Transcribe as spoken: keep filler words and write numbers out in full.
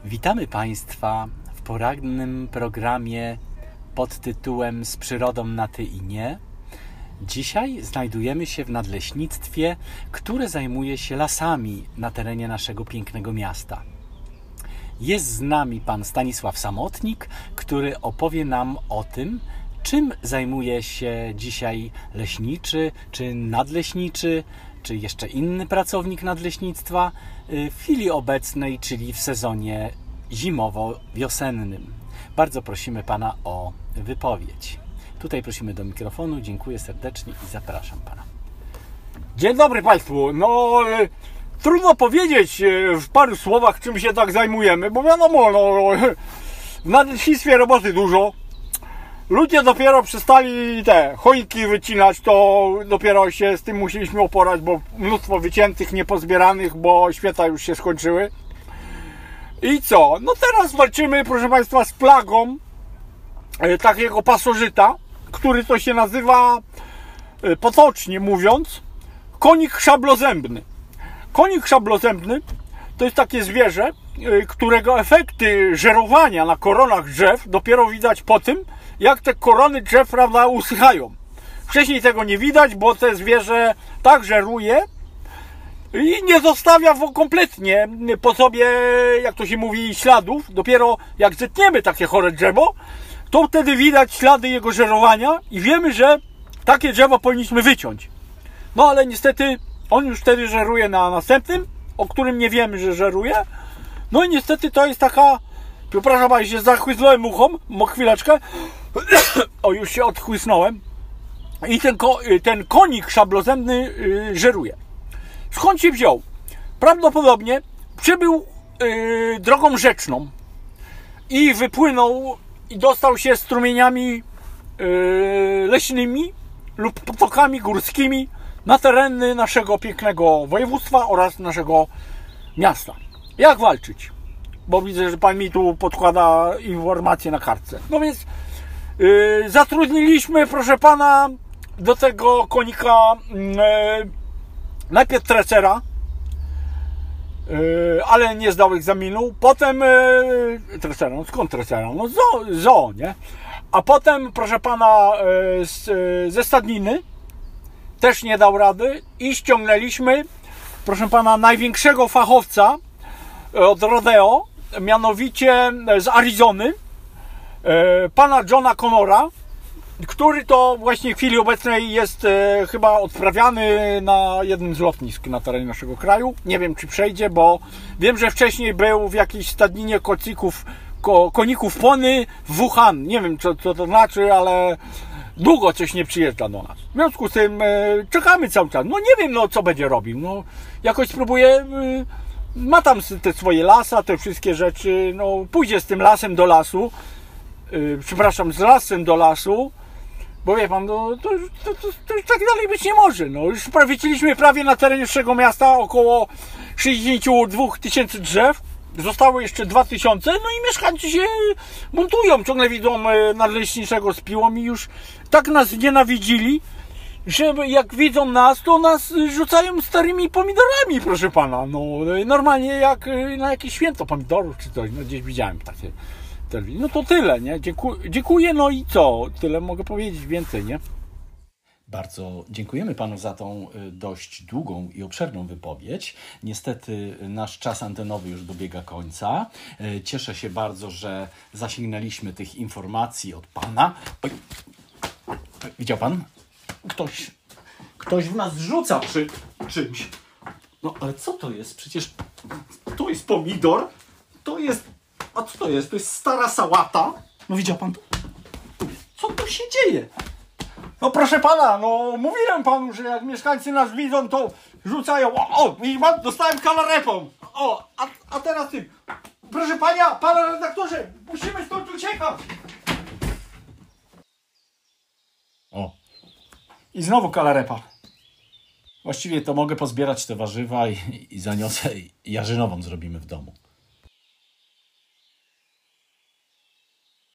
Witamy Państwa w porannym programie pod tytułem Z przyrodą na ty i nie. Dzisiaj znajdujemy się w nadleśnictwie, które zajmuje się lasami na terenie naszego pięknego miasta. Jest z nami pan Stanisław Samotnik, który opowie nam o tym, czym zajmuje się dzisiaj leśniczy, czy nadleśniczy, czy jeszcze inny pracownik nadleśnictwa w chwili obecnej, czyli w sezonie zimowo-wiosennym. Bardzo prosimy pana o wypowiedź. Tutaj prosimy do mikrofonu, dziękuję serdecznie i zapraszam pana. Dzień dobry Państwu. No, e, trudno powiedzieć e, w paru słowach, czym się tak zajmujemy, bo wiadomo, no, w nadleśnictwie roboty dużo. Ludzie dopiero przestali te choinki wycinać, to dopiero się z tym musieliśmy oporać, bo mnóstwo wyciętych, niepozbieranych, bo święta już się skończyły. I co? No teraz walczymy, proszę Państwa, z plagą e, takiego pasożyta, który to się nazywa, e, potocznie mówiąc, konik szablozębny. Konik szablozębny to jest takie zwierzę, e, którego efekty żerowania na koronach drzew dopiero widać po tym, jak te korony drzew, prawda, usychają. Wcześniej tego nie widać, bo to zwierzę tak żeruje i nie zostawia kompletnie po sobie, jak to się mówi, śladów. Dopiero jak zetniemy takie chore drzewo, to wtedy widać ślady jego żerowania i wiemy, że takie drzewo powinniśmy wyciąć. No ale niestety on już wtedy żeruje na następnym, o którym nie wiemy, że żeruje. No i niestety to jest taka, przepraszam, ale się zachłysnąłem uchą, mo chwileczkę. O, już się odchłysnąłem. I ten, ko ten konik szablozębny yy, żeruje. Skąd się wziął? Prawdopodobnie przybył yy, drogą rzeczną i wypłynął i dostał się strumieniami yy, leśnymi lub potokami górskimi na tereny naszego pięknego województwa oraz naszego miasta. Jak walczyć? Bo widzę, że pan mi tu podkłada informacje na kartce. No więc yy, zatrudniliśmy, proszę pana, do tego konika yy, najpierw trecera, yy, ale nie zdał egzaminu. Potem yy, trecera, no skąd trecera? No zoo, zoo, nie? A potem, proszę pana, yy, z, yy, ze stadniny też nie dał rady i ściągnęliśmy, proszę pana, największego fachowca od rodeo, mianowicie z Arizony, pana Johna Connora, który to właśnie w chwili obecnej jest chyba odprawiany na jednym z lotnisk na terenie naszego kraju. Nie wiem, czy przejdzie, bo wiem, że wcześniej był w jakiejś stadninie kocików, ko, koników pony w Wuhan. Nie wiem, co, co to znaczy, ale długo coś nie przyjeżdża do nas. W związku z tym czekamy cały czas. No nie wiem, no co będzie robił. No jakoś spróbuję. Ma tam te swoje lasa, te wszystkie rzeczy, no pójdzie z tym lasem do lasu, yy, przepraszam, z lasem do lasu, bo wie pan, no to, to, to, to już tak dalej być nie może, no już wyciliśmy prawie na terenie naszego miasta około sześćdziesiąt dwa tysięcy drzew, zostało jeszcze dwa tysiące, no i mieszkańcy się buntują, ciągle widzą nadleśniczego z piłą i już tak nas nienawidzili, że jak widzą nas, to nas rzucają starymi pomidorami, proszę pana. No normalnie jak na jakieś święto pomidorów czy coś. No gdzieś widziałem takie telewizje. No to tyle, nie? Dziękuję, dziękuję, no i co? Tyle mogę powiedzieć, więcej, nie? Bardzo dziękujemy panu za tą dość długą i obszerną wypowiedź. Niestety nasz czas antenowy już dobiega końca. Cieszę się bardzo, że zasięgnęliśmy tych informacji od pana. Oj. Widział pan? Ktoś, ktoś w nas rzuca przy czymś. No ale co to jest? Przecież to jest pomidor, to jest... A co to jest? To jest stara sałata. No widział pan to? Co tu się dzieje? No proszę pana, no mówiłem panu, że jak mieszkańcy nas widzą, to rzucają. O, o widzi pan, dostałem kalarepą. O, a, a teraz tym. Proszę pana, pana redaktorze, musimy stąd uciekać. O. I znowu kalarepa. Właściwie to mogę pozbierać te warzywa i, i zaniosę i jarzynową zrobimy w domu.